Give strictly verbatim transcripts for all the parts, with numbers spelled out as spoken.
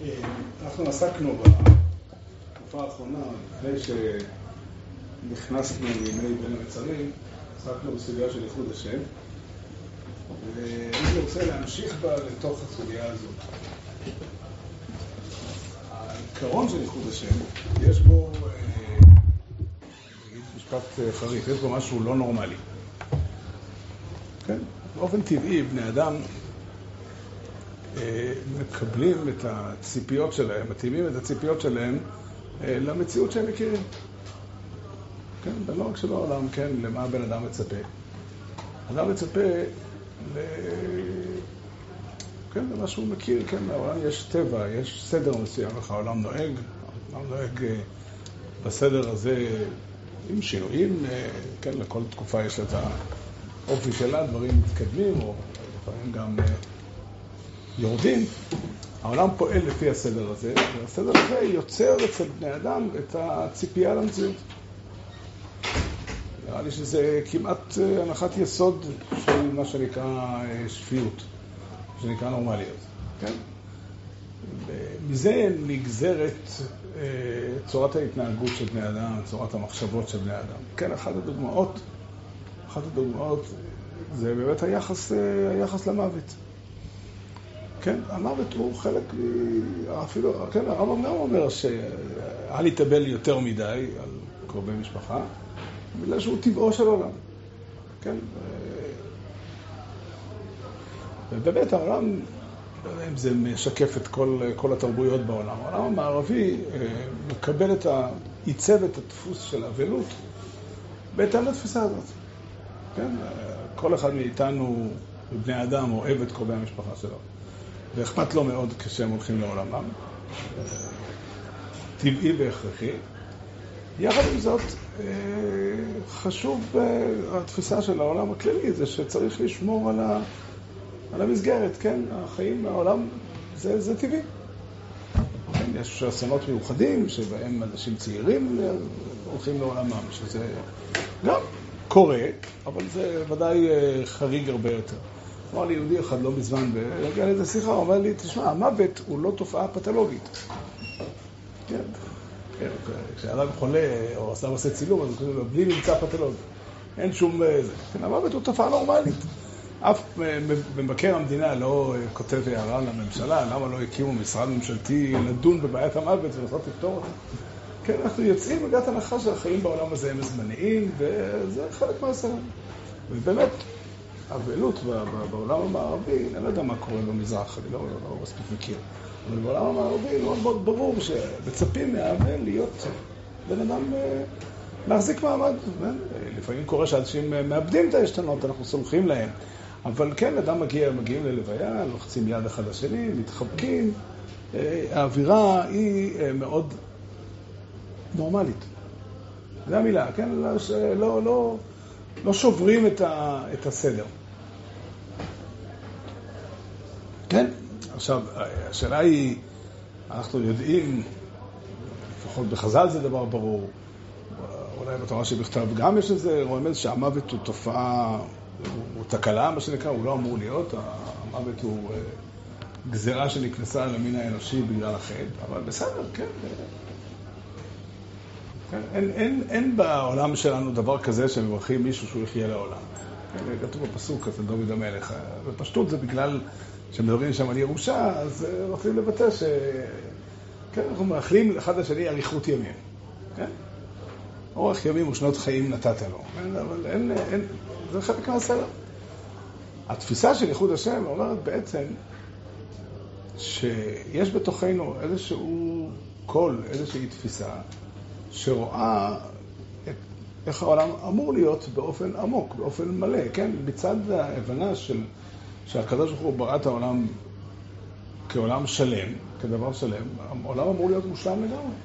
אנחנו עסקנו בתקופה האחרונה, לפני שנכנסנו לימי בין המצרים, עסקנו בסוגיה של ייחוד השם, ואני רוצה להמשיך בה לתוך הסוגיה הזאת. העיקרון של ייחוד השם, יש בו, נגיד משפט חריף, יש בו משהו לא נורמלי. כן? באופן טבעי, בני אדם מקבלים את הציפיות שלהם, מתאימים את הציפיות שלהם למציאות שהם מכירים. כן? ולא רק שבעולם, כן, למה בן אדם מצפה. אדם מצפה ל... כן, למה שהוא מכיר, כן, בעולם יש טבע, יש סדר מסוים, איך העולם נוהג, העולם נוהג בסדר הזה עם שינויים, כן, לכל תקופה יש את האופי שלה, דברים מתקדמים, או דברים גם יורדים. העולם פועל לפי הסדר הזה, והסדר הזה יוצר אצל בני אדם את הציפייה למציאות. נראה לי שזה כמעט הנחת יסוד של מה שנקרא שפיות, שנקרא נורמליות. כן? מזה נגזרת צורת ההתנהגות של בני אדם, צורת המחשבות של בני אדם. כן, אחת הדוגמאות, אחת הדוגמאות זה באמת היחס, היחס למוות. כן, המוות הוא חלק, אפילו, כן, הרמב"ם גם אומר שאל יתאבל יותר מדי על קרובי משפחה, בגלל שהוא טבעו של עולם. כן, ובאמת העולם, לא יודע אם זה משקף את כל, כל התרבויות בעולם, העולם המערבי מקבל את ה... עיצב את הדפוס של האבלות בהתאם לתפיסה הזאת. כן, כל אחד מאיתנו, בני אדם, אוהב את קרובי המשפחה שלו. ואכפת לו מאוד כשהם הולכים לעולמם. טבעי והכרחי. יחד עם זאת, חשוב התפיסה של העולם הכללי, זה שצריך לשמור על, ה, על המסגרת, כן? החיים מהעולם זה, זה טבעי. כן? יש אסונות מיוחדים שבהם אנשים צעירים הולכים לעולמם, שזה גם קורה, אבל זה ודאי חריג הרבה יותר. אמר לי יהודי אחד לא מזמן, והגיע לי את השיחה, הוא אומר לי, תשמע, המוות הוא לא תופעה פתולוגית. כן. כן, כשאדם חולה או עושה עושה צילום, אז הוא קוראים לו, בלי נמצא פתולוגי. אין שום זה. כן, המוות הוא תופעה נורמלית. אף מבקר המדינה לא כותב הערה לממשלה, למה לא הקימו משרד ממשלתי לדון בבעיית המוות ולנסות לפתור אותה. כן, אנחנו יוצאים מגעת הנחה שהחיים בעולם הזה הם זמניים, וזה חלק מהסרט. ובאמת, האבלות בעולם המערבי, אני לא יודע מה קורה במזרח, אני לא, לא מספיק מכיר. אבל בעולם המערבי מאוד מאוד ברור שמצפים מהאבל להיות בן אדם להחזיק מעמד. לפעמים קורה שאנשים מאבדים את ההשתנות, אנחנו סולחים להם. אבל כן, אדם מגיע, מגיעים ללוויה, לוחצים יד אחד לשני, מתחבקים. האווירה היא מאוד נורמלית. זו המילה, כן? לא, לא, לא שוברים את, ה, את הסדר. כן? עכשיו, השאלה היא, אנחנו יודעים, לפחות בחז"ל זה דבר ברור, אולי בתורה שבכתב גם יש איזה רומז שהמוות הוא תופעה, הוא תקלה, מה שנקרא, הוא לא אמור להיות, המוות הוא גזירה שנכנסה למין האנושי בגלל החטא, אבל בסדר, כן. כן אין, אין, אין בעולם שלנו דבר כזה שמברכים מישהו שהוא יחיה לעולם. כתוב בפסוק אצל דוד המלך, בפשטות זה בגלל שמדברים שם על ירושה, אז רוצים לבטא ש... כן, אנחנו מאחלים אחד לשני אריכות ימים. כן? אורך ימים ושנות חיים נתת לו. כן? אבל אין, אין, זה חלק מהסדר. התפיסה של ייחוד השם אומרת בעצם שיש בתוכנו איזשהו קול, איזושהי תפיסה שרואה את, איך העולם אמור להיות באופן עמוק, באופן מלא. כן? מצד ההבנה של שהקדוש ברוך הוא ברא את העולם כעולם שלם, כדבר שלם, העולם אמור להיות מושלם לגמרי.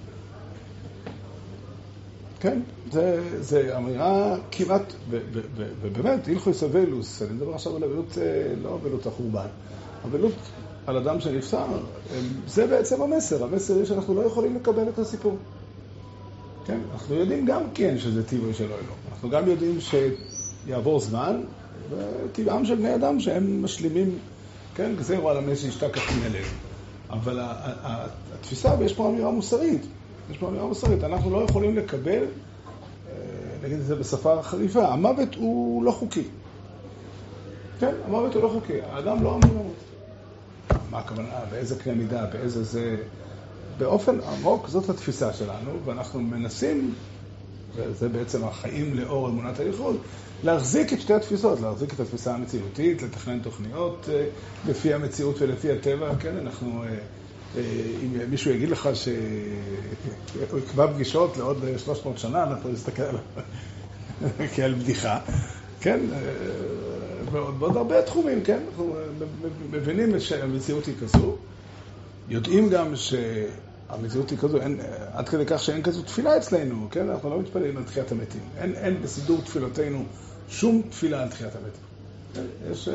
כן, זה, זה אמירה כמעט, ובאמת, הלכוס אבלוס, אני מדבר עכשיו על אבלות, לא אבלות החורבן, אבלות על אדם שנפטר, זה בעצם המסר, המסר היא שאנחנו לא יכולים לקבל את הסיפור. כן, אנחנו יודעים גם כן שזה טבעי שלו אלו, אנחנו גם יודעים שיעבור זמן, וטבעם של בני אדם שהם משלימים, כן, גזירו על המס שישתכח מן הלב. אבל התפיסה, ויש פה אמירה מוסרית, יש פה אמירה מוסרית, אנחנו לא יכולים לקבל, נגיד את זה בשפה חריפה, המוות הוא לא חוקי. כן, המוות הוא לא חוקי, האדם לא אמור למות. מה הכוונה, באיזה קנה מידה, באיזה זה... באופן עמוק, זאת התפיסה שלנו, ואנחנו מנסים, וזה בעצם החיים לאור אמונת הייחוד, להחזיק את שתי התפיסות, להחזיק את התפיסה המציאותית, לתכנן תוכניות לפי המציאות ולפי הטבע, כן, אנחנו, אם מישהו יגיד לך שהוא יקבע פגישות לעוד שלוש מאות שנה, אנחנו נסתכל עליו כעל בדיחה, כן, בעוד הרבה תחומים, כן, אנחנו מבינים שהמציאות היא כזו, יודעים גם שהמציאות היא כזו, אין, עד כדי כך שאין כזו תפילה אצלנו, כן? אנחנו לא מתפללים על תחיית המתים. אין, אין בסידור תפילותינו שום תפילה על תחיית המתים. כן? יש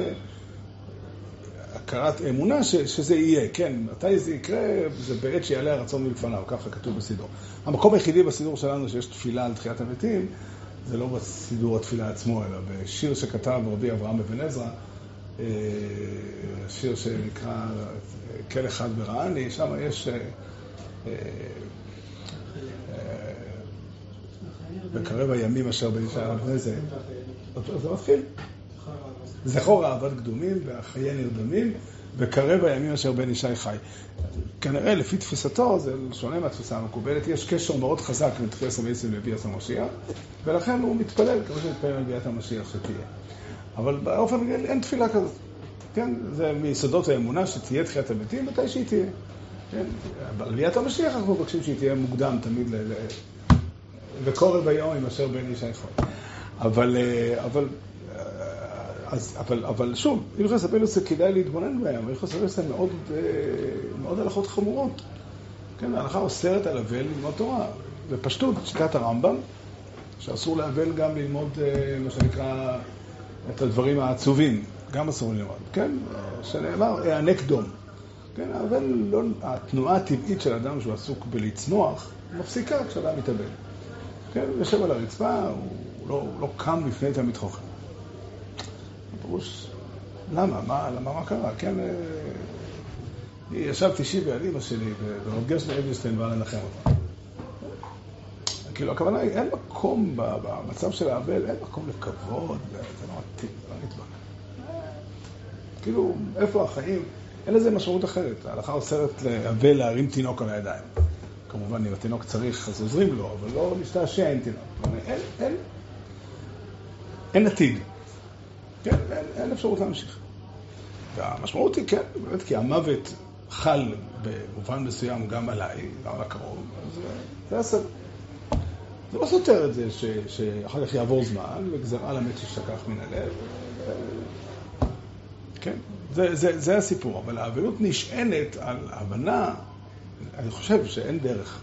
הכרת אמונה ש, שזה יהיה, כן? מתי זה יקרה? זה בעת שיעלה הרצון מלפניו, ככה כתוב בסידור. המקום היחידי בסידור שלנו שיש תפילה על תחיית המתים, זה לא בסידור התפילה עצמו, אלא בשיר שכתב רבי אברהם אבן עזרא, שיר שנקרא כל אחד ברעני, שם יש בקרב הימים אשר בנשאר בני זה, זה מתחיל זכור אהבת קדומים והחיי נרדמים בקרב הימים אשר בן ישי חי. כנראה לפי תפיסתו, זה שונה מהתפיסה המקובלת, יש קשר מאוד חזק בין תחיית המתים לביאת המשיח, ולכן הוא מתפלל כמו שמתפלל על ביאת המשיח שתהיה. אבל באופן אין תפילה כזאת. כן, זה מיסודות האמונה שתהיה תחיית המתים, מתי שהיא תהיה. כן, על ביאת המשיח אנחנו מבקשים שהיא תהיה מוקדם תמיד ל... וקורב היום עם אשר בן ישי חי. אבל, אבל, אז, אבל, אבל שוב, הלכות הפלוס כדאי להתבונן בהם, הלכות הפלוס הן מאוד, מאוד הלכות חמורות. כן, ההלכה אוסרת על אבל ללמוד תורה. בפשטות, שיטת הרמב"ם, שאסור להבל גם ללמוד, מה שנקרא, את הדברים העצובים, גם אסור ללמוד, כן? שנאמר, הענק דום. כן, אבל לא, התנועה הטבעית של אדם שהוא עסוק בלצמוח, מפסיקה כשאדם מתאבל. כן, הוא יושב על הרצפה, הוא לא, הוא לא קם לפני תלמיד חוכם. פירוש, למה? מה, למה, מה קרה? כן, ישבתי שיבי על אמא שלי, ורב גרשון אבנשטיין בא לנחם אותה. כאילו, הכוונה היא, אין מקום במצב של האבל, אין מקום לכבוד, זה לא מתאים, זה לא נתבק. כאילו, איפה החיים? אין לזה משמעות אחרת. ההלכה אוסרת לאבל להרים תינוק על הידיים. כמובן, אם התינוק צריך, אז עוזרים לו, אבל לא להשתעשע עם תינוק. אין, אין, אין עתיד. כן, אין, אין אפשרות להמשיך. והמשמעות היא, כן, באמת, כי המוות חל במובן מסוים גם עליי, גם על הקרוב, אז זה הסדר. זה לא סותר את זה ש, שאחר כך יעבור זמן, וגזרה למת ששכח מן הלב. כן, זה, זה, זה הסיפור. אבל האבלות נשענת על הבנה, אני חושב שאין דרך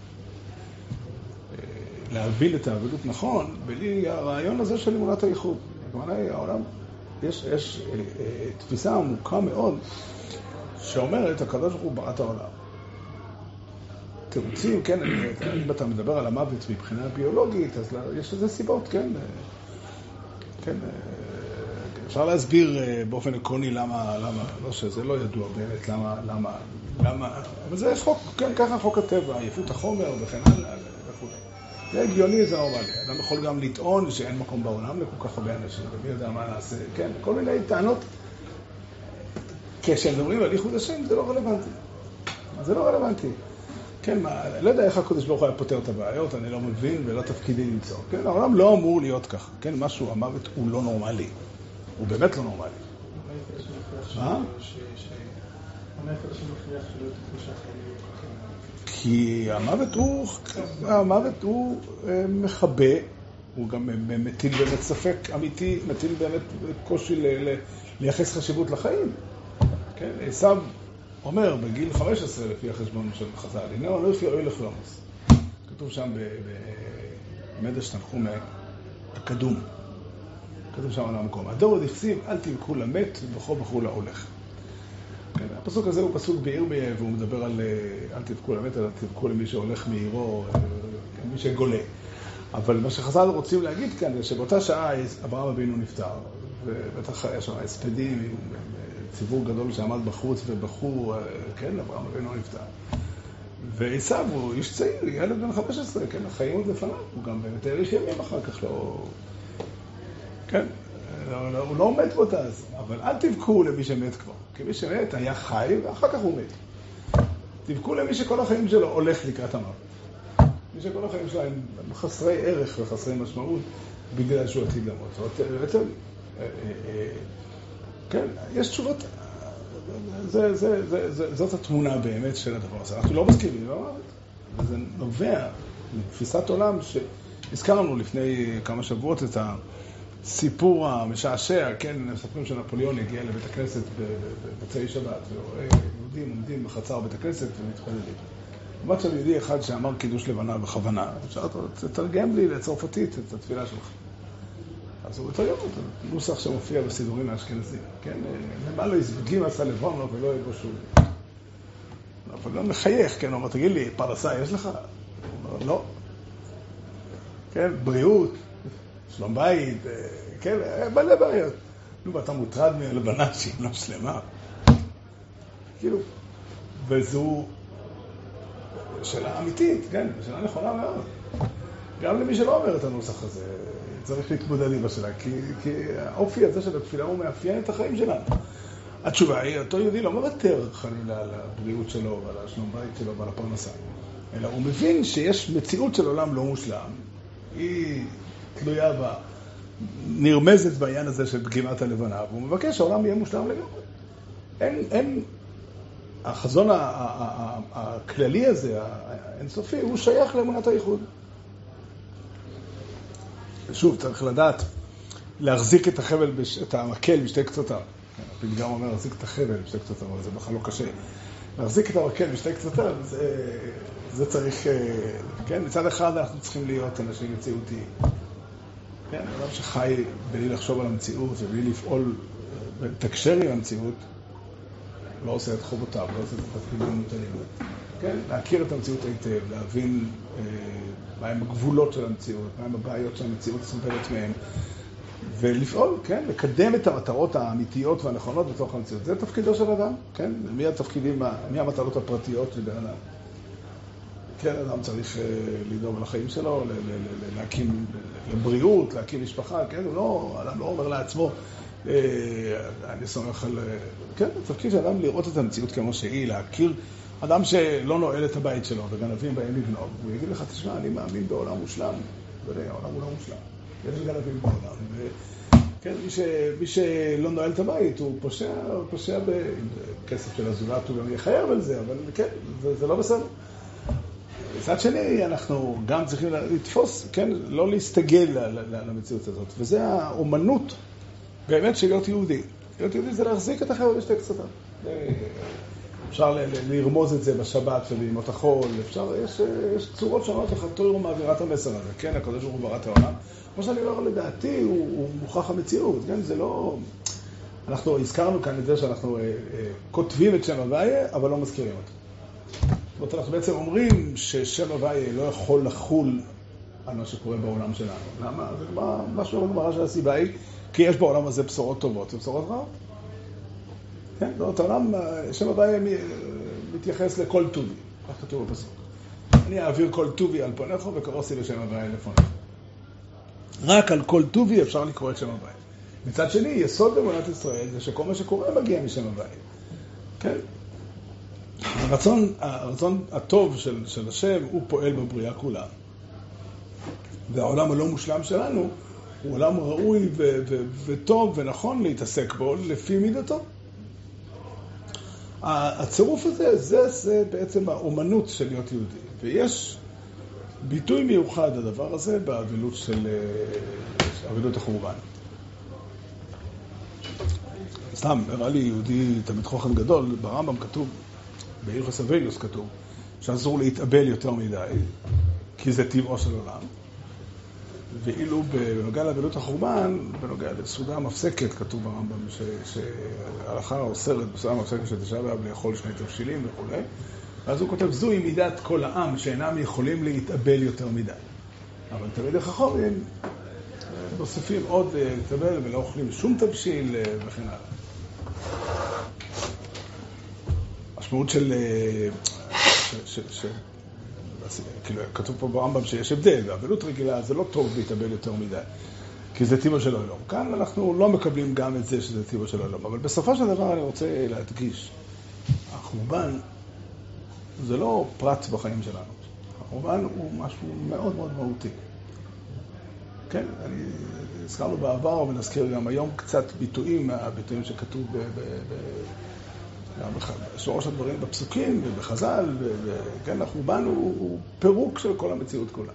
להבין את האבלות נכון, בלי הרעיון הזה של אמונת הייחוד. כלומר, העולם, יש, יש אה, אה, תפיסה עמוקה מאוד, שאומרת, הקדוש ברוך הוא ברא את העולם. תירוצים, כן, אם אתה מדבר על המוות מבחינה ביולוגית, אז יש לזה סיבות, כן. כן, אפשר להסביר באופן עקרוני למה, למה, לא שזה לא ידוע באמת, למה, למה, למה, אבל זה חוק, כן, ככה חוק הטבע, עייפות החומר וכן הלאה וכו'. זה הגיוני, זה נורמלי. אדם יכול גם לטעון שאין מקום בעולם לכל כך הרבה אנשים, ומי יודע מה נעשה, כן, כל מיני טענות. כשמדברים על ייחוד השם, זה לא רלוונטי. זה לא רלוונטי. כן, מה, לא יודע איך הקדוש ברוך הוא היה פותר את הבעיות, אני לא מבין ולא תפקידי למצוא. כן, העולם לא אמור להיות ככה. כן, משהו, המוות הוא לא נורמלי. הוא באמת לא נורמלי. מה? כי המוות הוא, המוות הוא מחבא, הוא גם מטיל באמת ספק אמיתי, מטיל באמת קושי לייחס חשיבות לחיים. כן, עשיו אומר בגיל חמש עשרה לפי החשבון של חז"ל, הנה לא יחיה אוי לחלומוס. כתוב שם במדרש תנחום הקדום. כתוב שם על המקום. הדור עוד הפסיב, אל תבכו למת, ובכו בכו להולך. כן, הפסוק הזה הוא פסוק בירמיה, והוא מדבר על אל תבכו למת, אל תבכו למי שהולך מעירו, מי שגולה. אבל מה שחז"ל רוצים להגיד כאן, זה שבאותה שעה אברהם אבינו נפטר, ובטח היה שם הספדים, ציבור גדול שעמד בחוץ ובחור, כן, אברהם אבינו נפטר. ועשיו הוא איש צעיר, ילד בן חמש עשרה, כן, החיים עוד לפניו, הוא גם באמת האריך ימים אחר כך, לא... כן, הוא לא מת באותה אז, אבל אל תבכו למי שמת כבר, כי מי שמת היה חי ואחר כך הוא מת. תבכו למי שכל החיים שלו הולך לקראת המוות. מי שכל החיים שלו הם חסרי ערך וחסרי משמעות בגלל שהוא עתיד למות. בעצם, כן, יש תשובות, זה, זה, זה, זה, זאת התמונה באמת של הדבר הזה. אנחנו לא מסכימים למוות, וזה נובע מתפיסת עולם שהזכרנו לפני כמה שבועות את הסיפור המשעשע, כן, מספרים שנפוליאון הגיע לבית הכנסת בצאי שבת, ורואה יהודים עומדים בחצר בית הכנסת ומתפללים. עמד שם יהודי אחד שאמר קידוש לבנה בכוונה, אפשר לתרגם לי לצרפתית את התפילה שלך. אז הוא מתרגם אותו, נוסח שמופיע בסידורים האשכנזים, כן? למה לא יזבגים עשה לבונו ולא יבוא שוב. אבל לא מחייך, כן? הוא אומר, תגיד לי, פרנסה יש לך? הוא אומר, לא. כן, בריאות, שלום בית, כן, מלא בעיות. נו, ואתה מוטרד מהלבנה שהיא לא שלמה. כאילו, וזו שאלה אמיתית, כן? שאלה נכונה מאוד. גם למי שלא אומר את הנוסח הזה, צריך להתמודד עם השאלה, כי, כי האופי הזה של התפילה הוא מאפיין את החיים שלנו. התשובה היא, אותו יהודי לא מוותר חלילה על הבריאות שלו ועל השלום בית שלו ועל הפרנסה, אלא הוא מבין שיש מציאות של עולם לא מושלם, היא תלויה בה, נרמזת בעניין הזה של פגימת הלבנה, והוא מבקש שהעולם יהיה מושלם לגמרי. אין, אין, החזון הכללי הזה, האינסופי, הוא שייך לאמונת הייחוד. שוב, צריך לדעת להחזיק את החבל, את המקל בשתי קצותיו. הפתגם אומר, להחזיק את החבל בשתי קצותיו, אבל זה בכלל לא קשה. להחזיק את המקל בשתי קצותיו, זה, זה צריך, כן? מצד אחד אנחנו צריכים להיות אנשים מציאותיים. כן? אדם שחי בלי לחשוב על המציאות ובלי לפעול, לתקשר עם המציאות, לא עושה את חובותיו, לא עושה את התפקידים המוטלים. כן? להכיר את המציאות היטב, להבין מהם הגבולות של המציאות, מהם הבעיות של המציאות סובלת מהם, ולפעול, כן? לקדם את המטרות האמיתיות והנכונות בתוך המציאות. זה תפקידו של אדם, כן? מי התפקידים, מי המטרות הפרטיות של בן אדם? כן, אדם צריך לדאוג לחיים שלו, להקים לבריאות, להקים משפחה, כן? הוא לא, אדם לא אומר לעצמו, אני סומך על... כן, התפקיד של אדם לראות את המציאות כמו שהיא, להכיר אדם שלא נועל את הבית שלו וגנבים בהם לגנוב, הוא יגיד לך, תשמע, אני מאמין בעולם מושלם. העולם הוא לא מושלם. יש גנבים בעולם. כן, מי, ש... מי שלא נועל את הבית, הוא פושע, הוא פושע בכסף של הזולת, הוא גם יחייב על זה, אבל כן, זה, זה לא בסדר. מצד שני, אנחנו גם צריכים לתפוס, כן, לא להסתגל למציאות הזאת. וזה האומנות באמת של להיות יהודי. להיות יהודי זה להחזיק את החבל בשתי קצותיו. אפשר לרמוז את זה בשבת ובימות החול, אפשר, יש, יש צורות שונות איך התורה מעבירה את המסר הזה, כן, הקדוש ברוך הוא ברא את העולם. כמו שאני אומר, לדעתי, הוא, הוא מוכח המציאות, כן, זה לא... אנחנו הזכרנו כאן את זה שאנחנו אה, אה, כותבים את שם הוויה, אבל לא מזכירים אותו. זאת אומרת, אנחנו בעצם אומרים ששם הוויה לא יכול לחול על מה שקורה בעולם שלנו. למה? זה מה, משהו בגמרא של הסיבה היא, כי יש בעולם הזה בשורות טובות ובשורות רעות. כן, זאת העולם, שם הוויה מתייחס לכל טובי, כך כתוב בפסוק. אני אעביר כל טובי על פניך וקרוסי לשם הוויה לפניך. רק על כל טובי אפשר לקרוא את שם הוויה. מצד שני, יסוד באמונת ישראל זה שכל מה שקורה מגיע משם הוויה. כן? הרצון, הרצון הטוב של, של השם הוא פועל בבריאה כולה. והעולם הלא מושלם שלנו הוא עולם ראוי ו- ו- וטוב ונכון להתעסק בו לפי מידתו. הצירוף הזה, זה, זה בעצם האומנות של להיות יהודי. ויש ביטוי מיוחד לדבר הזה באבילות של אבילות החורבן. סתם, הראה לי יהודי תלמיד חכם גדול, ברמב"ם כתוב, בהלכות סבליוס כתוב, שאסור להתאבל יותר מדי, כי זה טבעו של עולם. ואילו בנוגע לאבילות החורבן, בנוגע לסעודה המפסקת, כתוב ברמב"ם, שההלכה אוסרת בסעודה המפסקת של תשעה באב לאכול שני תבשילים וכו'. ואז הוא כותב, זוהי מידת כל העם שאינם יכולים להתאבל יותר מדי. אבל תלמידי חכמים מוסיפים עוד להתאבל ולא אוכלים שום תבשיל וכן הלאה. המשמעות של, כאילו, כתוב פה ברמב"ם שיש הבדל, והבלות רגילה זה לא טוב להתאבל יותר מדי, כי זה טיבו של העולם. כאן אנחנו לא מקבלים גם את זה שזה טיבו של העולם, אבל בסופו של דבר אני רוצה להדגיש, החורבן זה לא פרט בחיים שלנו, החורבן הוא משהו מאוד מאוד מהותי. כן, אני הזכרנו בעבר ונזכיר גם היום קצת ביטויים מהביטויים שכתוב ב... ב, ב שורש הדברים בפסוקים ובחז"ל, וכן, החורבן הוא, הוא פירוק של כל המציאות כולה.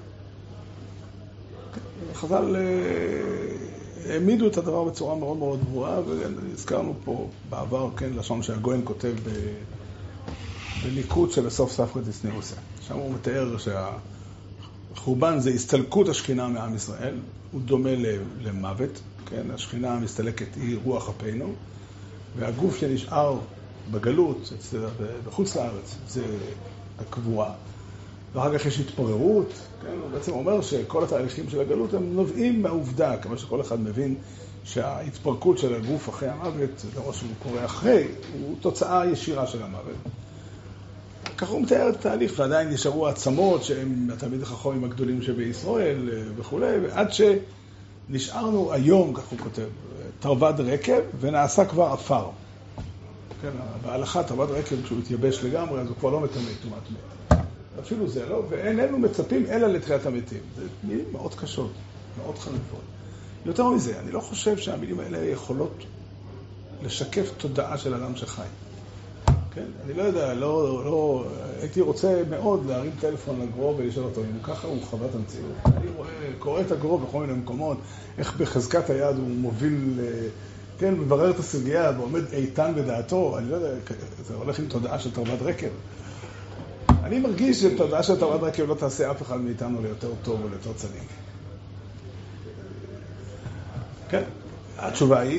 חז"ל העמידו את הדבר בצורה מאוד מאוד ברורה, והזכרנו פה בעבר, כן, לשון שהגויין כותב ב, בליקוד של הסוף ספרא דצניעותא. שם הוא מתאר שהחורבן זה הסתלקות השכינה מעם ישראל, הוא דומה למוות, כן, השכינה המסתלקת היא רוח אפינו, והגוף שנשאר בגלות, בחוץ לארץ, זה הקבורה. ואחר כך יש התפוררות, כן? הוא בעצם אומר שכל התהליכים של הגלות הם נובעים מהעובדה, כמו שכל אחד מבין שההתפרקות של הגוף אחרי המוות, לא שהוא קורה אחרי, הוא תוצאה ישירה של המוות. ככה הוא מתאר את התהליך, ועדיין נשארו עצמות שהם התלמיד החכמים הגדולים שבישראל וכו', ועד שנשארנו היום, כך הוא כותב, תרווד רקב ונעשה כבר אפר. כן, בהלכה תרווד רקב כשהוא התייבש לגמרי, אז הוא כבר לא מטמא טומאת מת. אפילו זה לא, ואיננו מצפים אלא לתחיית המתים. זה מילים מאוד קשות, מאוד חריפות. יותר מזה, אני לא חושב שהמילים האלה יכולות לשקף תודעה של אדם שחי. כן? אני לא יודע, לא, לא, הייתי רוצה מאוד להרים טלפון לגרו ולשאול אותו, אם ככה הוא חוות המציאות. אני רואה, קורא את הגרו בכל מיני מקומות, איך בחזקת היד הוא מוביל, כן, מברר את הסוגיה ועומד איתן בדעתו. אני לא יודע, זה הולך עם תודעה של תרווד רקב. אני מרגיש שתודעה של תרווד רקב לא תעשה אף אחד מאיתנו ליותר טוב או ליותר צדיק. כן, התשובה היא...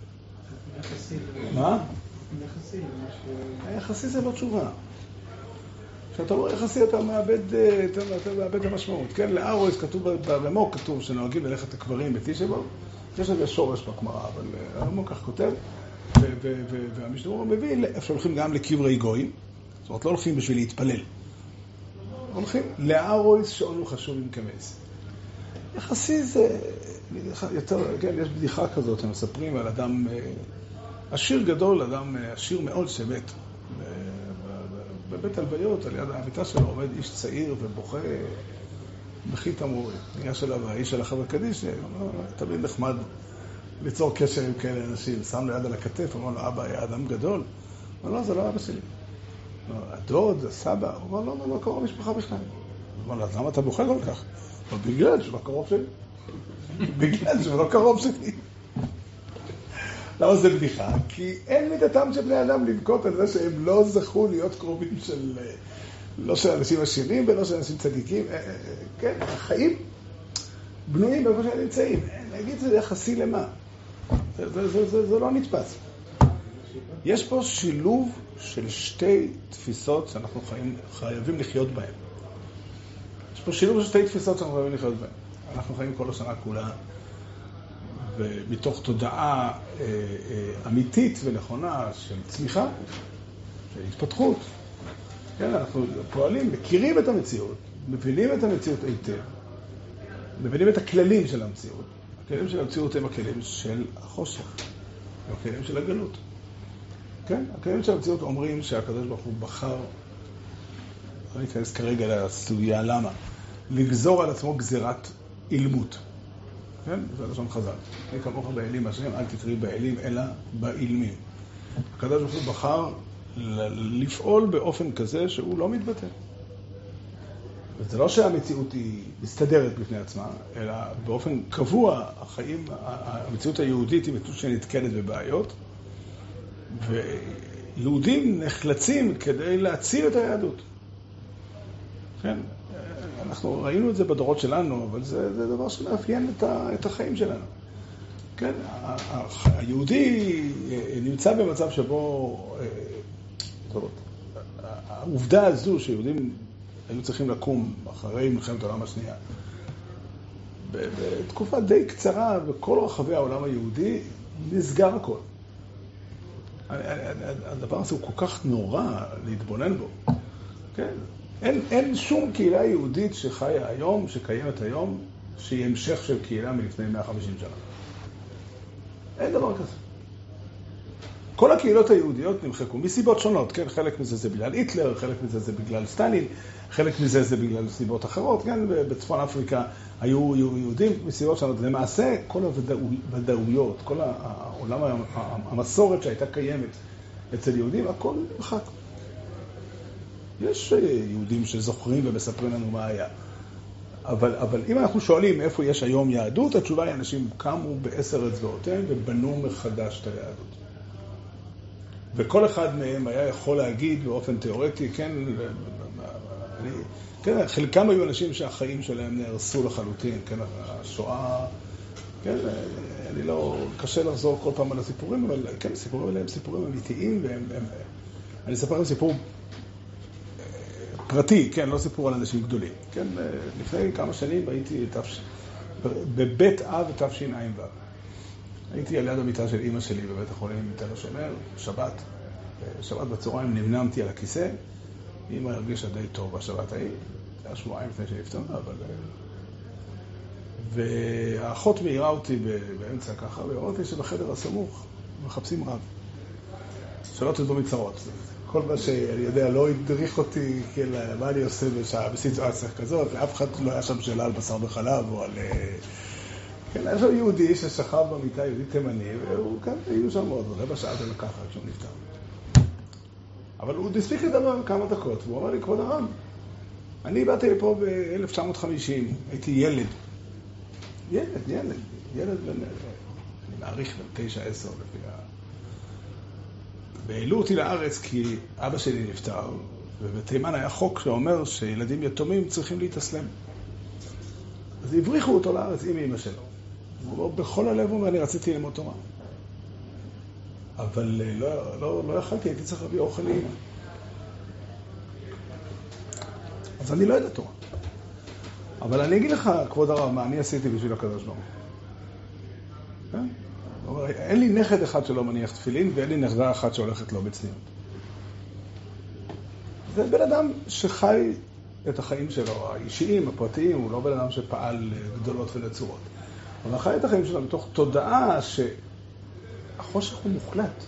מה? יחסי. היחסי זה לא תשובה. כשאתה אומר יחסי אתה מאבד, אתה מאבד את המשמעות. כן, לארויס כתוב, במוק כתוב שנוהגים ללכת הקברים בתשעבו. יש לזה שורש בגמרא, אבל המוק כך כותב. והמשנה מביא שהולכים גם לקברי גויים. זאת אומרת, לא הולכים בשביל להתפלל. הולכים לארויס שעונו חשובים כמס. יחסי זה יותר, כן, יש בדיחה כזאת, הם מספרים על אדם עשיר גדול, אדם עשיר מאוד שמת. בבית הלוויות, על יד המיטה שלו, עומד איש צעיר ובוכה בכי תמורי. ניגש אליו האיש של החבר קדיש, תמיד נחמד ליצור קשר עם כאלה אנשים. שם לו יד על הכתף, אמר לו, אבא היה אדם גדול. אמר לו, לא, זה לא אבא שלי. הדוד, הסבא, הוא אמר, לא, לא, לא קרוב משפחה בכלל. הוא אמר, אז למה אתה בוכה כל כך? אבל בגלל שלא קרוב שלי. בגלל שלא קרוב שלי. למה זה בדיחה? כי אין מידתם של בני אדם לבכות על זה שהם לא זכו להיות קרובים של, לא של אנשים עשירים ולא של אנשים צדיקים. כן, החיים בנויים באיפה שהם נמצאים. נגיד זה יחסי למה? זה, זה, זה, זה, זה לא נתפס. יש פה שילוב של שתי תפיסות שאנחנו חיים, חייבים לחיות בהן. יש פה שילוב של שתי תפיסות שאנחנו חייבים לחיות בהן. אנחנו חיים כל השנה כולה, ומתוך תודעה אה, אה, אמיתית ונכונה של צמיחה, של התפתחות. כן, אנחנו פועלים, מכירים את המציאות, מבינים את המציאות היטב, מבינים את הכללים של המציאות. הכללים של המציאות הם הכללים של החושך, הם הכללים של הגלות. כן, הכללים של המציאות אומרים שהקדוש ברוך הוא בחר, אני אכנס כרגע לסוגיה למה, לגזור על עצמו גזירת אילמות. כן, זה לשון חז"ל. אני כמוך באלים השם, אל תקראי באלים, אלא באילמים. הקדוש ברוך הוא בחר לפעול באופן כזה שהוא לא מתבטא. וזה לא שהמציאות היא מסתדרת בפני עצמה, אלא באופן קבוע, החיים, המציאות היהודית היא מציאות שנתקלת בבעיות, ויהודים נחלצים כדי להציל את היהדות. כן, אנחנו ראינו את זה בדורות שלנו, אבל זה, זה דבר שמאפיין את, ה, את החיים שלנו. כן, היהודי נמצא במצב שבו, טוב, העובדה הזו שיהודים היו צריכים לקום אחרי מלחמת העולם השנייה, בתקופה די קצרה, בכל רחבי העולם היהודי נסגר הכל. הדבר הזה הוא כל כך נורא להתבונן בו. כן? אין, אין שום קהילה יהודית שחיה היום, שקיימת היום, שהיא המשך של קהילה מלפני מאה וחמישים שנה. אין דבר כזה. כל הקהילות היהודיות נמחקו מסיבות שונות, כן? חלק מזה זה בגלל היטלר, חלק מזה זה בגלל סטלין, חלק מזה זה בגלל סיבות אחרות, כן? בצפון אפריקה היו יהודים מסיבות שונות. למעשה, כל הוודאויות, כל העולם, המסורת שהייתה קיימת אצל יהודים, הכל נמחק. יש יהודים שזוכרים ומספרים לנו מה היה. אבל, אבל אם אנחנו שואלים איפה יש היום יהדות, התשובה היא אנשים קמו בעשר אצבעותיהם ובנו מחדש את היהדות. וכל אחד מהם היה יכול להגיד באופן תיאורטי, כן, אני, כן, חלקם היו אנשים שהחיים שלהם נהרסו לחלוטין, כן, השואה, כן, אני לא, קשה לחזור כל פעם על הסיפורים, אבל כן, הסיפורים האלה הם סיפורים אמיתיים, והם, הם, אני אספר לכם סיפור פרטי, כן, לא סיפור על אנשים גדולים, כן, לפני כמה שנים הייתי תפש... בבית אב תשע"ו. הייתי על יד המיטה של אמא שלי בבית החולים תל השומר, שבת. שבת בצהריים נמנמתי על הכיסא, אמא הרגישה די טוב בשבת ההיא, זה היה שבועיים לפני שנפטרה, אבל... והאחות מעירה אותי באמצע ככה, ואמרתי שבחדר הסמוך מחפשים רב. שלא תדעו מצרות. כל מה שאני יודע לא הדריך אותי, כן, מה אני עושה בשעה, בסיטואציה כזאת, ואף אחד לא היה שם שאלה על בשר וחלב או על... כן, היה שם יהודי ששכב במיטה, יהודי תימני, והוא כאן, היינו שם עוד רבע שעה זה לקחה כשהוא נפטר. אבל הוא הספיק לדבר כמה דקות, והוא אמר לי, כבוד הרב, אני באתי לפה ב-אלף תשע מאות וחמישים, הייתי ילד. ילד, ילד, ילד בן... אני מעריך בין תשע עשר לפי ה... והעלו אותי לארץ כי אבא שלי נפטר, ובתימן היה חוק שאומר שילדים יתומים צריכים להתאסלם. אז הבריחו אותו לארץ עם אמא שלו. הוא לא, בכל הלב הוא אומר, אני רציתי ללמוד תורה. אבל לא, לא, לא יכלתי, הייתי צריך להביא אוכל לאמא. אז אני לא יודע תורה. אבל אני אגיד לך, כבוד הרב, מה אני עשיתי בשביל הקדוש ברוך הוא. אין לי נכד אחד שלא מניח תפילין, ואין לי נכדה אחת שהולכת לא בצניעות. זה בן אדם שחי את החיים שלו, האישיים, הפרטיים, הוא לא בן אדם שפעל גדולות ולצורות. אבל חי את החיים שלו מתוך תודעה שהחושך הוא מוחלט.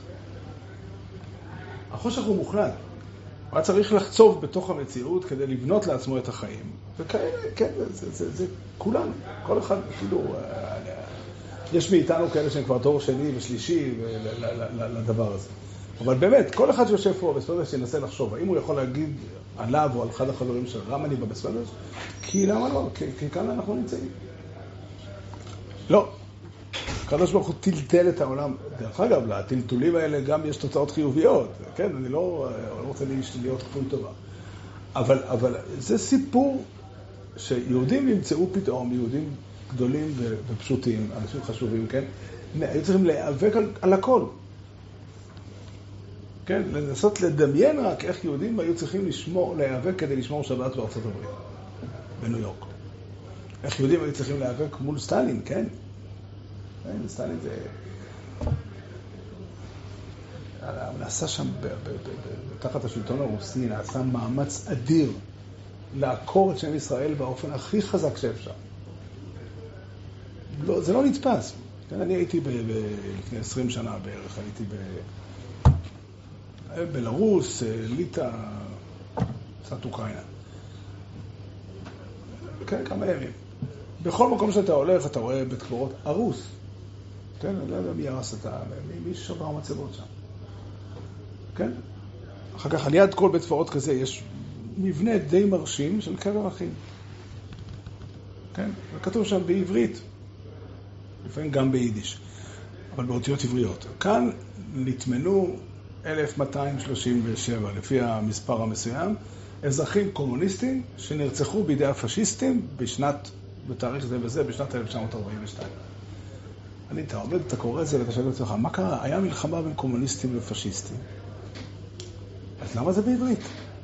החושך הוא מוחלט. הוא היה צריך לחצוב בתוך המציאות כדי לבנות לעצמו את החיים. וכאלה, כן, זה, זה, זה כולנו. כל אחד, כאילו, יש מאיתנו כאלה שהם כבר דור שני ושלישי לדבר הזה. אבל באמת, כל אחד שיושב פה בספרדש שינסה לחשוב, האם הוא יכול להגיד עליו או על אחד החברים של רמני בבספרדש? כי למה לא? כי, כי כאן אנחנו נמצאים. לא. הקדוש ברוך הוא טלטל את העולם. דרך אגב, לטלטולים האלה גם יש תוצאות חיוביות. כן, אני לא, לא רוצה להיות כפוי טובה. אבל, אבל זה סיפור שיהודים נמצאו פתאום, יהודים גדולים ופשוטים, אנשים חשובים, כן? היו צריכים להיאבק על, על הכל. כן? לנסות לדמיין רק איך יהודים היו צריכים לשמור, להיאבק כדי לשמור שבת בארצות הברית, בניו יורק. איך יהודים היו צריכים להיאבק מול סטלין, כן? כן, סטלין זה... נעשה שם, תחת השלטון הרוסי, נעשה מאמץ אדיר לעקור את שם ישראל באופן הכי חזק שאפשר. לא, זה לא נתפס. כן, אני הייתי ב, ב, לפני עשרים שנה בערך, הייתי ב, בלרוס, ליטא, קצת אוקראינה. כן, כמה ימים. בכל מקום שאתה הולך, אתה רואה בית קברות הרוס. כן, אני לא יודע מי הרס את ה... מי שבר מצבות שם. כן? אחר כך, על יד כל בית קברות כזה, יש מבנה די מרשים של קבר אחים. כן? וכתוב שם בעברית. לפעמים גם ביידיש, אבל באותיות עבריות. כאן נתמנו אלף מאתיים שלושים ושבע, לפי המספר המסוים, אזרחים קומוניסטים שנרצחו בידי הפשיסטים בשנת, בתאריך זה וזה, בשנת אלף תשע מאות ארבעים ושתיים. אני, אתה עומד, אתה קורא את זה ואתה שואל אותך, מה קרה? היה מלחמה בין קומוניסטים ופשיסטים. אז למה זה בעברית?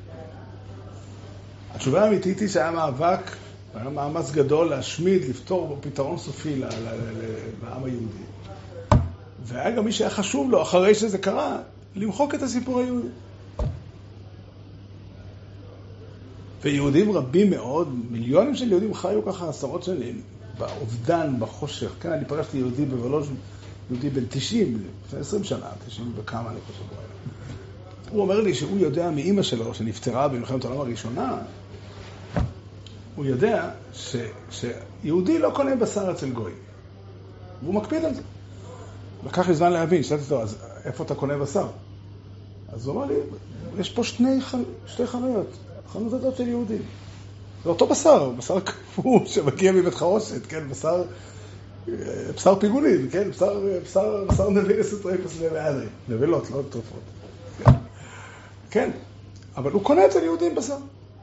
התשובה האמיתית היא שהיה מאבק, היה מאמץ גדול להשמיד, לפתור פתרון סופי לעם היהודי. והיה גם מי שהיה חשוב לו, אחרי שזה קרה, למחוק את הסיפור היהודי. ויהודים רבים מאוד, מיליונים של יהודים חיו ככה עשרות שנים, באובדן, בחושך. כן, אני פגשתי יהודי בוולוז', יהודי בן תשעים, לפני עשרים שנה, תשעים וכמה אני חושב בו. הוא אומר לי שהוא יודע מאמא שלו, שנפטרה במלחמת העולם הראשונה, הוא יודע ש, שיהודי לא קונה בשר אצל גוי. והוא מקפיד על זה. לקח לי זמן להבין, שאלתי אותו, אז איפה אתה קונה בשר? אז הוא אמר לי, יש פה שני, שתי חנויות, חנות הזאת של יהודים. זה אותו בשר, בשר קפוא שמגיע מבית חרושת, כן, בשר, בשר פיגולים, כן, בשר, בשר, בשר נביא לסוטרי פסלי ועדרי, נבלות, לא תרופות. כן. כן, אבל הוא קונה אצל יהודים בשר.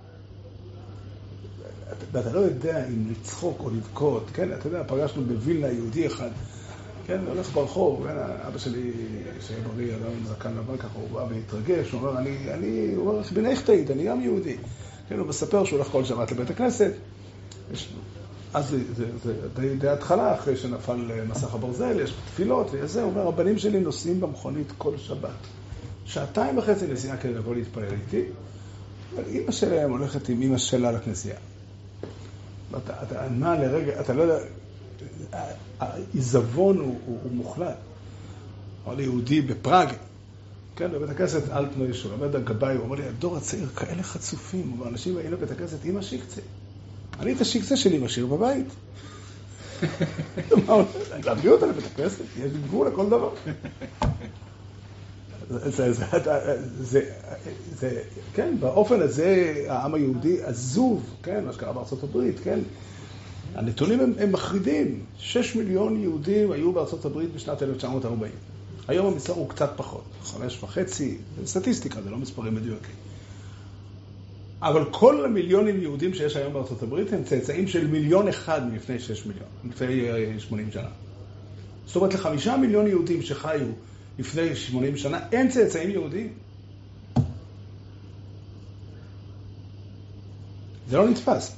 ואתה לא יודע אם לצחוק או לבכות, כן, אתה יודע, פגשנו בווילנה יהודי אחד, כן, הולך ברחוב, כן, אבא שלי, שהיה בריא, אדם זקן לבן ככה, הוא בא והתרגש, הוא אומר, אני, אני, הוא אומר, בני חטאית, אני גם יהודי. כן, הוא מספר שהוא הולך כל שבת לבית הכנסת, יש, אז זה, זה, זה די, די התחלה, אחרי שנפל מסך הברזל, יש תפילות, וזה, הוא אומר, הבנים שלי נוסעים במכונית כל שבת. שעתיים וחצי נסיעה כדי לבוא להתפלל איתי, אבל אמא שלהם הולכת עם אמא שלה לכנסייה. אתה, אתה, מה לרגע, אתה לא יודע, העיזבון הוא, הוא, הוא מוחלט. אמר לי יהודי בפראג, כן, בבית הכנסת אלטנוי, שהוא לומד הגבאי, הוא אומר לי, הדור הצעיר כאלה חצופים, ואנשים היינו בבית הכנסת עם השיקצה. אני את השיקצה שלי משאיר בבית. להביא אותה לבית הכנסת, יש גבול לכל דבר. זה, זה, זה, זה, כן, באופן הזה העם היהודי עזוב, כן, מה שקרה בארצות הברית, כן, הנתונים הם, הם מחרידים. שש מיליון יהודים היו בארצות הברית בשנת אלף תשע מאות וארבעים. היום המספר הוא קצת פחות, חמש וחצי, זה סטטיסטיקה, זה לא מספרים מדויקים. אבל כל המיליונים יהודים שיש היום בארצות הברית הם צאצאים של מיליון אחד מלפני שש מיליון, לפני שמונים שנה. זאת אומרת, לחמישה מיליון יהודים שחיו לפני שמונים שנה, אין צאצאים יהודים. זה לא נתפס.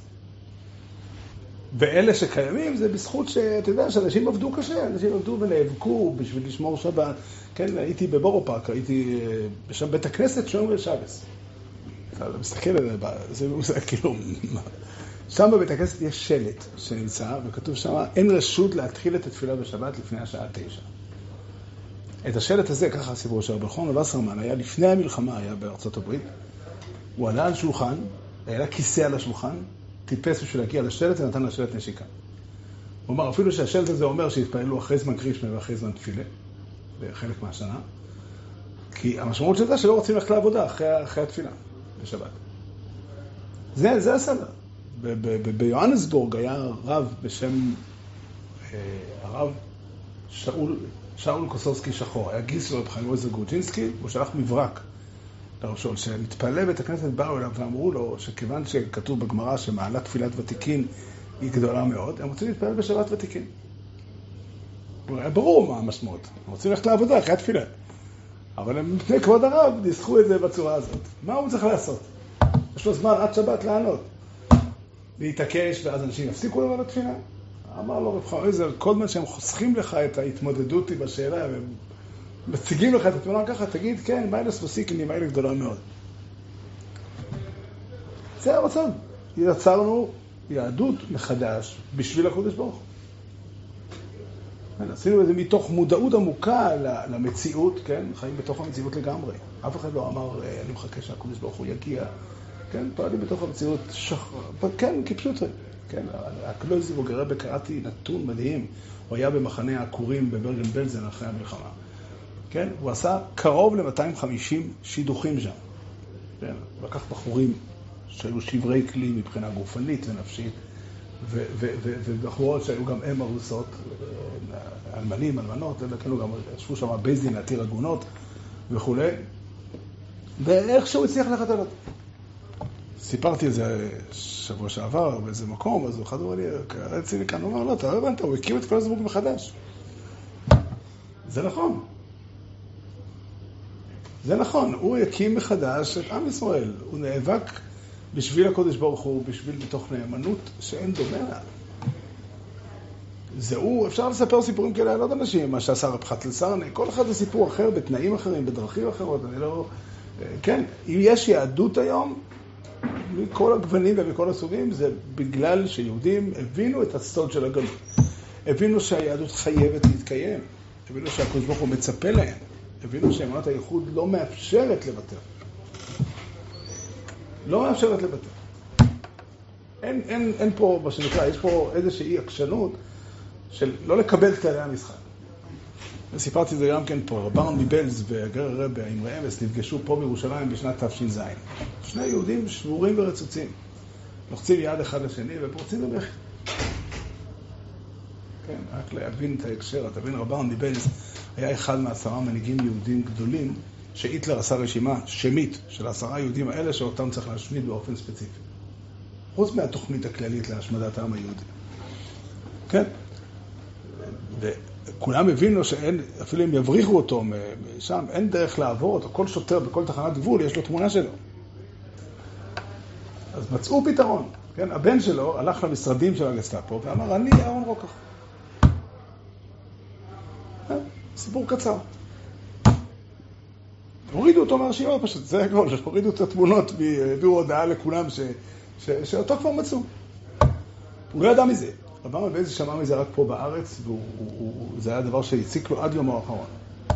ואלה שקיימים זה בזכות שאתה יודע שאנשים עבדו קשה, אנשים עבדו ונאבקו בשביל לשמור שבת. כן, הייתי בבורו פארק, הייתי בשם בית הכנסת שומר שבס. אתה מסתכל על זה, זה כאילו, שם בבית הכנסת יש שלט שנמצא, וכתוב שם, אין רשות להתחיל את התפילה בשבת לפני השעה תשע. את השלט הזה, ככה הסיפור של רבי חנניה וסרמן, היה לפני המלחמה, היה בארצות הברית, הוא עלה על שולחן, היה לה כיסא על השולחן, טיפס בשביל להגיע לשלט ונתן לשלט נשיקה. הוא אומר, אפילו שהשלט הזה אומר שהתפעלו אחרי זמן קרישמה ואחרי זמן תפילה, בחלק מהשנה, כי המשמעות של זה שלא רוצים ללכת לעבודה אחרי, אחרי התפילה, בשבת. זה, זה הסדר. ביוהנסבורג היה רב בשם, הרב שאול, שאול קוסובסקי שחור, היה גיס שלו בחיים עוזר גרוג'ינסקי, הוא שלח מברק לרב שאול, שמתפעלי בית הכנסת באו אליו ואמרו לו שכיוון שכתוב בגמרא שמעלה תפילת ותיקין היא גדולה מאוד, הם רוצים להתפעל בשבת ותיקין. היה ברור מה המשמעות, הם רוצים ללכת לעבודה אחרי התפילה. אבל הם מפני כבוד הרב ניסחו את זה בצורה הזאת. מה הוא צריך לעשות? יש לו זמן עד שבת לענות. להתעקש ואז אנשים יפסיקו לו לתפילה. אמר לו רב חנניה, כל מה שהם חוסכים לך את ההתמודדות עם השאלה, והם מציגים לך את התמונה ככה, תגיד, כן, מיילס וסיקין היא מיילה גדולה מאוד. זה הרצון. יצרנו יהדות מחדש בשביל הקודש ברוך הוא. עשינו את זה מתוך מודעות עמוקה למציאות, כן? חיים בתוך המציאות לגמרי. אף אחד לא אמר, אני מחכה שהקודש ברוך הוא יגיע. כן? פעלים בתוך המציאות שחר. כן, כפשוט זה. כן, הקלוזיב הוא גרב בקראתי נתון מדהים. הוא היה במחנה העקורים בברגן בלזן אחרי המלחמה. כן? הוא עשה קרוב ל-מאתיים וחמישים שידוכים שם. כן? הוא לקח בחורים שהיו שברי כלי מבחינה גופנית ונפשית, ובחורות שהיו גם הם ארוסות, אלמנים, אלמנות, וכאילו גם ישבו שם בייזין להתיר עגונות וכו'. ואיך שהוא הצליח לחתל אותו. סיפרתי את זה שבוע שעבר באיזה מקום, אז הוא אחד אומר לי, רצי לי כאן, הוא אומר, לא, אתה לא הבנת, הוא הקים את כל הזבוק מחדש. זה נכון. זה נכון, הוא הקים מחדש את עם ישראל. הוא נאבק בשביל הקודש ברוך הוא, בשביל מתוך נאמנות שאין דומה לה. זהו, אפשר לספר סיפורים כאלה על עוד אנשים, מה שעשה רב חתל סרנה, כל אחד זה סיפור אחר, בתנאים אחרים, בדרכים אחרות, אני לא... כן, אם יש יהדות היום, מכל הגוונים ומכל הסוגים, זה בגלל שיהודים הבינו את הסוד של הגלות. הבינו שהיהדות חייבת להתקיים, הבינו שהקדוש ברוך הוא מצפה להם, הבינו שאמונת הייחוד לא מאפשרת לוותר. לא מאפשרת לוותר. אין, אין, אין פה, מה שנקרא, יש פה איזושהי עקשנות של לא לקבל כללי המשחק. סיפרתי את זה גם כן פה, רבן מבלז והגר הרבי, האמרי אמס, נפגשו פה בירושלים בשנת תש"ז. שני יהודים שבורים ורצוצים, לוחצים יד אחד לשני ופורצים במחי. כן, רק להבין את ההקשר, תבין, רבן מבלז היה אחד מעשרה מנהיגים יהודים גדולים, שהיטלר עשה רשימה שמית של עשרה יהודים האלה שאותם צריך להשמיד באופן ספציפי. חוץ מהתוכנית הכללית להשמדת העם היהודי. כן? וכולם הבינו שאין, אפילו אם יבריחו אותו משם, אין דרך לעבור אותו. כל שוטר בכל תחנת גבול יש לו תמונה שלו. אז מצאו פתרון. כן? הבן שלו הלך למשרדים של הגסטאפו ואמר, אני אהרון רוקח. סיפור קצר. הורידו אותו מהרשימה פשוט, זה הכל, הורידו את התמונות והביאו הודעה לכולם ש, ש, שאותו כבר מצאו. הוא לא ידע מזה. רבן מבלז שמע מזה רק פה בארץ, וזה היה דבר שהציק לו עד יומו האחרון.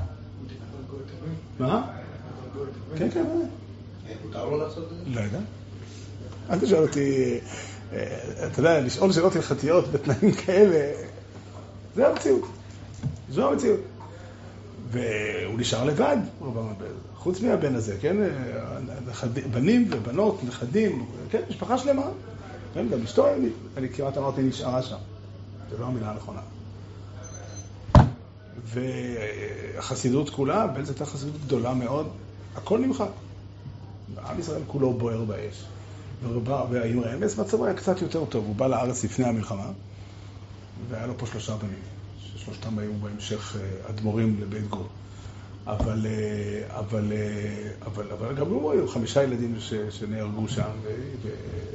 מה? כן, כן, מה? מותר לו לעשות את זה? לא יודע. אל תשאל אותי, אתה יודע, לשאול שאלות הלכתיות בתנאים כאלה, זה המציאות. זו המציאות. והוא נשאר לבד, חוץ מהבן הזה, כן? בנים ובנות, נכדים, כן? משפחה שלמה. כן? גם אשתו, אני כמעט אמרתי, נשארה שם. זה לא המילה הנכונה. והחסידות כולה, בלז הייתה חסידות גדולה מאוד, הכל נמחק. עם ישראל כולו בוער באש. והאמרי אמס מצבו היה קצת יותר טוב. הוא בא לארץ לפני המלחמה, והיה לו פה שלושה בנים. שלושתם היו בהמשך אדמו"רים לבית גור. אבל, אבל, אבל, אבל גם לא היו חמישה ילדים ש, שנהרגו שם. ו, ו...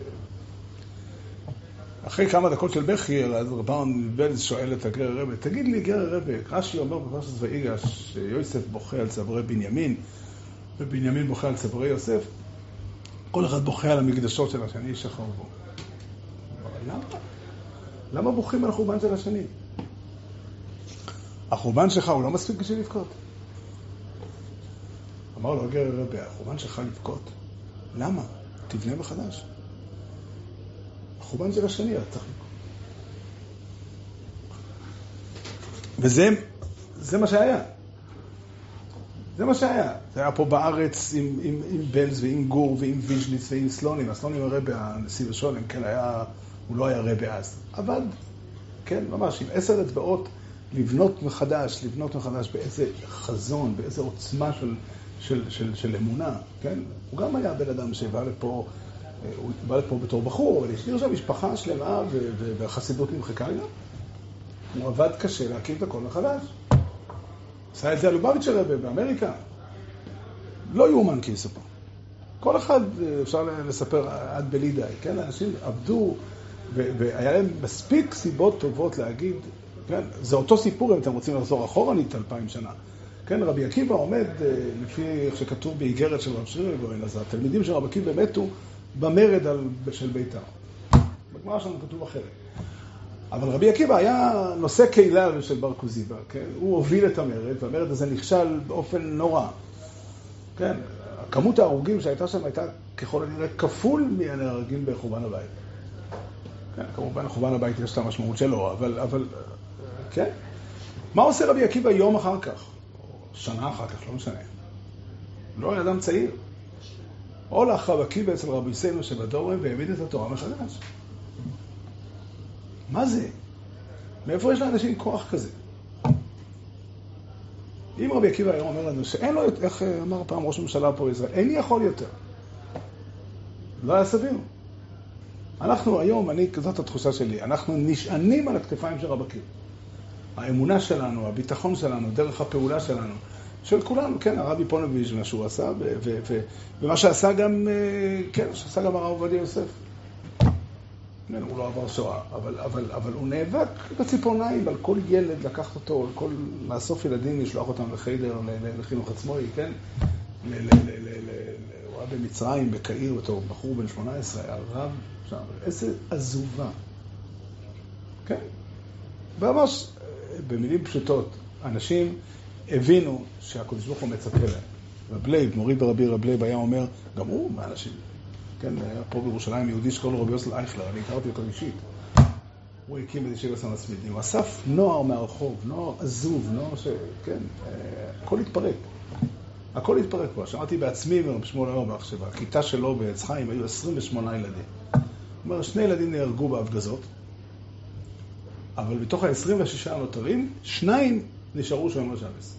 אחרי כמה דקות של בכי, אז רבן מבלז שואל את הגר הרבי, תגיד לי גר הרבי, רש"י אומר בפרשת ויגש שיוסף בוכה על צווארי בנימין, ובנימין בוכה על צווארי יוסף, כל אחד בוכה על המקדשות של השני ישחרר בו. למה? למה בוכים על החורבן של השני? החורבן שלך הוא לא מספיק בשביל לבכות. אמר לו הגר הרבי, החורבן שלך לבכות. למה? תבנה מחדש. החורבן של השני, אתה צריך לבכות. וזה זה מה שהיה. זה מה שהיה. זה היה פה בארץ עם, עם, עם בלז ועם גור ועם ויז'ניץ ועם סלונים. הסלונים הרבי, הנשיא ושולם, כן, היה, הוא לא היה רבי אז. עבד, כן, ממש, עם עשר אצבעות, לבנות מחדש, לבנות מחדש באיזה חזון, באיזה עוצמה של, של, של, של אמונה, כן? הוא גם היה בן אדם שבא לפה, הוא בא לפה בתור בחור, אבל השאיר שם משפחה שלמה והחסידות נמחקה גם. הוא עבד קשה להקים את הכל מחדש. עשה את זה הלובביץ' הרבה באמריקה. לא יאומן כי יספר. כל אחד אפשר לספר עד בלי די, כן? אנשים עבדו והיה להם מספיק סיבות טובות להגיד, כן? זה אותו סיפור אם אתם רוצים לחזור אחורנית אלפיים שנה. כן, רבי עקיבא עומד, לפי איך שכתוב באיגרת של רב שרירי גורן, אז התלמידים של רבי עקיבא מתו במרד על, של ביתר. בגמרא שלנו כתוב אחרת. אבל רבי עקיבא היה נושא קהילה של בר כוזיבא, כן? הוא הוביל את המרד, והמרד הזה נכשל באופן נורא. כן, כמות ההרוגים שהייתה שם הייתה ככל הנראה כפול מהנהרגים בחורבן הבית. כן, כמובן חורבן הבית יש את המשמעות שלו, אבל, אבל, כן. מה עושה רבי עקיבא יום אחר כך? שנה אחר כך, לא משנה. לא היה אדם צעיר. הולך רבי עקיבא אצל רבי סיינו שבדורם והעמיד את התורה מחדש. מה זה? מאיפה יש לאנשים כוח כזה? אם רבי עקיבא היום אומר לנו שאין לו, איך אמר פעם ראש הממשלה פה בישראל, אין לי יכול יותר. לא היה סביר. אנחנו היום, אני, זאת התחושה שלי, אנחנו נשענים על הכתפיים של רבי עקיבא. האמונה שלנו, הביטחון שלנו, דרך הפעולה שלנו, של כולנו, כן, הרבי פונוביץ' מה שהוא עשה, ו- ו- ו- ומה שעשה גם, כן, שעשה גם הרב עובדיה יוסף. כן, הוא לא עבר שואה, אבל, אבל, אבל הוא נאבק בציפורניים על כל ילד, לקחת אותו, על כל, לאסוף ילדים, לשלוח אותם לחיידר, לחינוך עצמוי, כן? ל, ל, ל, ל, ל, הוא היה במצרים, בקהיר, אותו בחור בן שמונה עשרה, היה רב, שם, איזה עזובה. כן? ממש, במילים פשוטות, אנשים הבינו שהקדוש ברוך הוא מצפה להם. רבלייב, מורי ברבי רבלייב היה אומר, גם הוא מהאנשים. כן, היה פה בירושלים יהודי שקוראים לו רבי יוסל אייכלר, אני הכרתי אותו אישית. הוא הקים את ישיבת המסמידים, הוא אסף נוער מהרחוב, נוער עזוב, נוער ש... כן, הכל התפרק. הכל התפרק פה. שמעתי בעצמי מרבי שמואל אורבך, שבכיתה שלו בעץ חיים היו עשרים ושמונה ילדים. הוא אומר, שני ילדים נהרגו בהפגזות, אבל בתוך ה-עשרים ושישה הנותרים, שניים נשארו שם לשבס.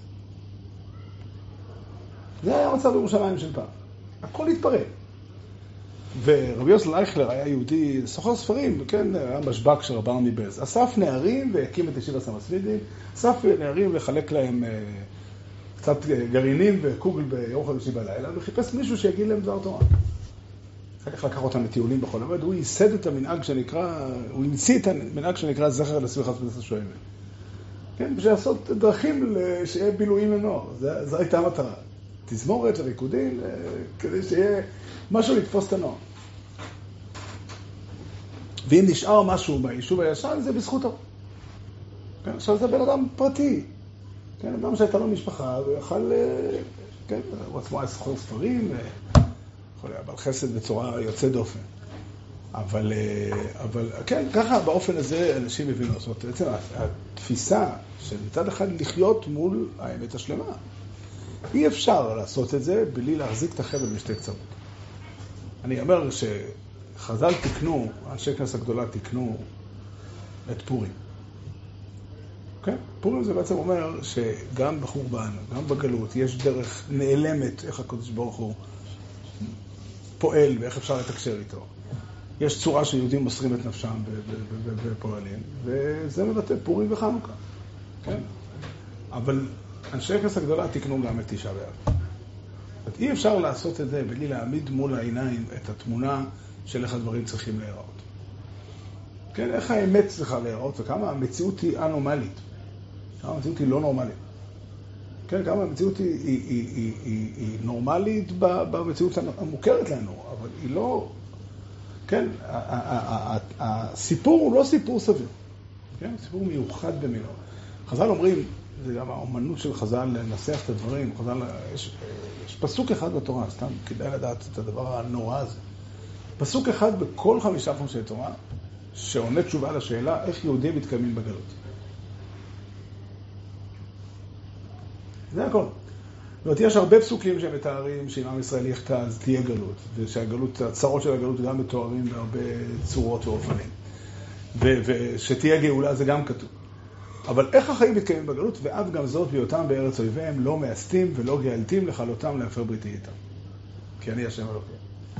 זה היה המצב בירושלים של פעם. הכל התפרק. ורבי יוסל אייכלר היה יהודי, סוחר ספרים, כן, היה משבק של רבן מבעלז. אסף נערים והקים את ישיבת המסמידים, אסף נערים לחלק להם אה, קצת גרעינים וקוגל ביום חמישי בלילה, וחיפש מישהו שיגיד להם דבר תורה. אחר כך לקח אותם לטיולים בכל המד, הוא ייסד את המנהג שנקרא, הוא המציא את המנהג שנקרא זכר לסמיכת בית השואבת. כן, בשביל לעשות דרכים שיהיה בילויים לנוער, זו הייתה המטרה. תזמורת וריקודים, כדי שיהיה משהו לתפוס את הנוער. ואם נשאר משהו ביישוב הישן, זה בזכותו. כן, עכשיו זה בן אדם פרטי. כן, אדם שהייתה לו משפחה, ויכל, כן, הוא עצמו היה סוחר ספרים, יכול היה בעל חסד בצורה יוצאת דופן. אבל, אבל, כן, ככה באופן הזה אנשים מבינו. זאת אומרת, בעצם התפיסה של מצד אחד לחיות מול האמת השלמה. אי אפשר לעשות את זה בלי להחזיק את החבל בשתי קצוות. אני אומר שחז"ל תקנו, אנשי כנסת הגדולה תקנו את פורים. כן? פורים זה בעצם אומר שגם בחורבן, גם בגלות, יש דרך נעלמת איך הקדוש ברוך הוא פועל ואיך אפשר לתקשר איתו. יש צורה שיהודים מוסרים את נפשם ופועלים, וזה מבטא פורים וחנוכה. כן? אבל אנשי כנסת הגדולה תקנו גם את תשעה באב. אי אפשר לעשות את זה בלי להעמיד מול העיניים את התמונה של איך הדברים צריכים להיראות. כן, איך האמת צריכה להיראות וכמה המציאות היא אנומלית. כמה המציאות היא לא נורמלית. כן, כמה המציאות היא, היא, היא, היא, היא, היא נורמלית במציאות המוכרת לנו, אבל היא לא... כן, הסיפור הוא לא סיפור סביר. כן, סיפור מיוחד במינו. חז"ל אומרים, זה גם האומנות של חז"ל לנסח את הדברים. חז"ל, יש, יש פסוק אחד בתורה, סתם כדאי לדעת את הדבר הנורא הזה. פסוק אחד בכל חמישה חומשי תורה, שעונה תשובה לשאלה איך יהודים מתקיימים בגלות. זה הכל. זאת אומרת, יש הרבה פסוקים שמתארים שאם עם ישראל יחטא אז תהיה גלות, ושהגלות, הצרות של הגלות גם מתוארים בהרבה צורות ואופנים. ושתהיה גאולה זה גם כתוב. אבל איך החיים מתקיימים בגלות, ואף גם זאת בהיותם בארץ אויביהם, לא מאסתים ולא גאלתים לכלותם להפר בריתי איתם. כי אני השם אלוקים.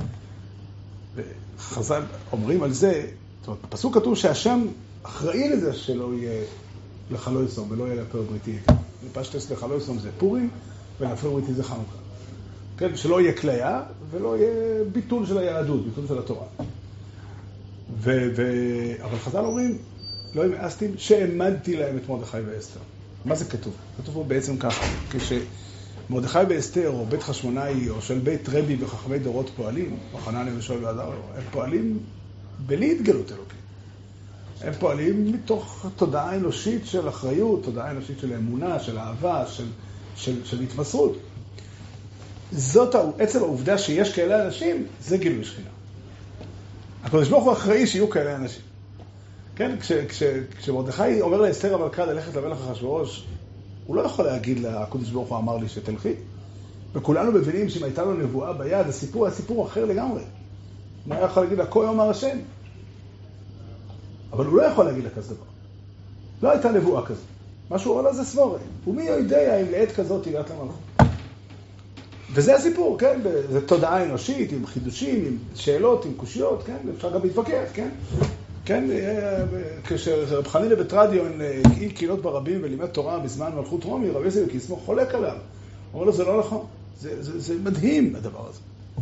וחז"ל אומרים על זה, זאת אומרת, בפסוק כתוב שהשם אחראי לזה שלא יהיה לכלו יסום ולא יהיה להפר בריתי איתם. פשטס לכלו יסום זה פורים, ולהפר בריתי זה חנוכה. כן? שלא יהיה כליה ולא יהיה ביטול של היהדות, ביטול של התורה. ו- ו- אבל חז"ל אומרים, לא המאסתים, שהעמדתי להם את מרדכי ואסתר. מה זה כתוב? כתוב פה בעצם ככה, כשמרדכי ואסתר, או בית חשמונאי, או של בית רבי וחכמי דורות פועלים, או חנניה ושאול ועזר, הם פועלים בלי התגלות אלוקית. הם פועלים מתוך תודעה אנושית של אחריות, תודעה אנושית של אמונה, של אהבה, של, של, של התמסרות. זאת עצם העובדה שיש כאלה אנשים, זה גילוי שכינה. הקדוש ברוך הוא אחראי שיהיו כאלה אנשים. כן, כש, כש, כשמרדכי אומר לאסתר המלכה ללכת למלך אחשוורוש, הוא לא יכול להגיד לה, הקדוש ברוך הוא אמר לי שתלכי. וכולנו מבינים שאם הייתה לו נבואה ביד, הסיפור היה סיפור אחר לגמרי. הוא היה יכול להגיד לה, כה יאמר השם. אבל הוא לא יכול להגיד לה כזה דבר. לא הייתה נבואה כזאת. מה שהוא אומר לה זה סבורה. ומי יודע אם לעת כזאת הגעת למלכה. וזה הסיפור, כן? זה תודעה אנושית, עם חידושים, עם שאלות, עם קושיות, כן? אפשר גם להתווכח, כן? כן, כשרב חנינא בטרדיון הקהיל קהילות ברבים ולימד תורה בזמן מלכות רומי, רבי יוסי בקיסמו חולק עליו. הוא אומר לו, זה לא נכון. זה, זה, זה מדהים הדבר הזה.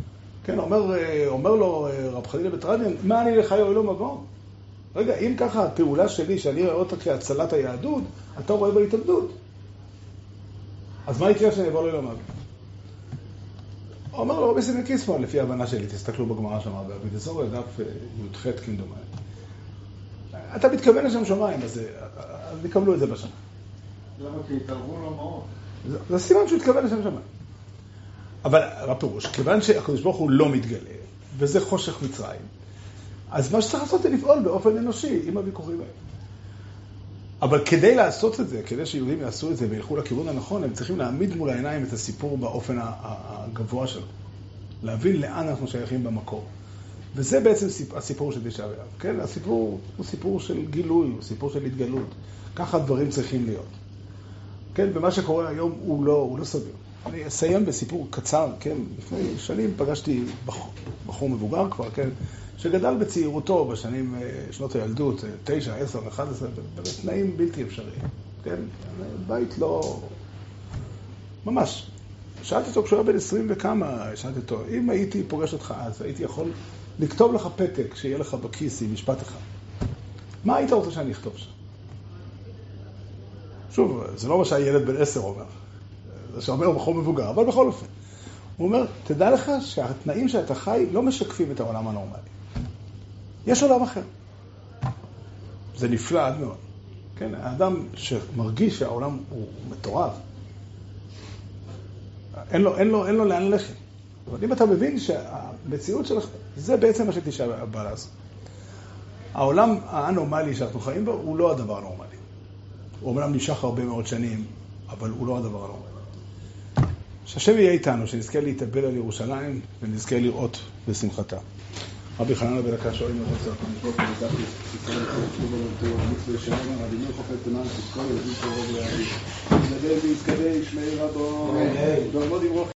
כן, אומר, אומר לו רב חנינא בטרדיון, מה אני לך יועיל לו מבוא? רגע, אם ככה הפעולה שלי, שאני רואה אותה כהצלת היהדות, אתה רואה בהתאבדות. אז מה יקרה שאני אבוא לו למוות? הוא אומר לו, רבי סימון קיסמון, לפי ההבנה שלי, תסתכלו בגמרא שם, בדסורי, דף י"ח כמדומני. אתה מתכוון לשם שמיים, אז, אז נקבלו את זה בשם. למה? כי התערבו לו מאוד. זה, זה סימן שהוא התכוון לשם שמיים. אבל, בפירוש, כיוון שהקדוש ברוך הוא לא מתגלה, וזה חושך מצרים, אז מה שצריך לעשות זה לפעול באופן אנושי, עם הוויכוחים האלה. אבל כדי לעשות את זה, כדי שיהודים יעשו את זה וילכו לכיוון הנכון, הם צריכים להעמיד מול העיניים את הסיפור באופן הגבוה שלו. להבין לאן אנחנו שייכים במקור. וזה בעצם הסיפור של תשעה באב. כן? הסיפור הוא סיפור של גילוי, הוא סיפור של התגלות. ככה הדברים צריכים להיות. כן? ומה שקורה היום הוא לא, הוא לא סביר. אני אסיים בסיפור קצר, כן? לפני שנים פגשתי בחור, בחור מבוגר כבר, כן? שגדל בצעירותו בשנים, שנות הילדות, תשע, עשר, אחד עשרה, בתנאים בלתי אפשריים. כן? בית לא... ממש. שאלתי אותו כשהוא היה בן עשרים וכמה, שאלתי אותו, אם הייתי פוגש אותך אז, הייתי יכול לכתוב לך פתק שיהיה לך בכיס עם משפט אחד. מה היית רוצה שאני אכתוב שם? שוב, זה לא מה שהילד בן עשר אומר. זה שאומר בחור מבוגר, אבל בכל אופן. הוא אומר, תדע לך שהתנאים שאתה חי לא משקפים את העולם הנורמלי. יש עולם אחר. זה נפלא עד מאוד. כן, האדם שמרגיש שהעולם הוא מטורף, אין לו, אין לו, אין לו לאן ללכת. אבל אם אתה מבין שהמציאות שלך, זה בעצם מה שתשעה באב בא לעשות. העולם האנומלי שאנחנו חיים בו הוא לא הדבר הנורמלי. הוא אומנם נמשך הרבה מאוד שנים, אבל הוא לא הדבר הנורמלי. שהשם יהיה איתנו, שנזכה להתאבל על ירושלים ונזכה לראות בשמחתה. רבי חנניה בן עקשיא שואל אם הוא רוצה לקום לשלוח ולזכי ישראל לחלוק ולמתור המצווה שלנו הרדימים חופט למען תזכור יהודים קרוב ליהודים. נדל ויתקדש שמי רבו, דורמוד יברוך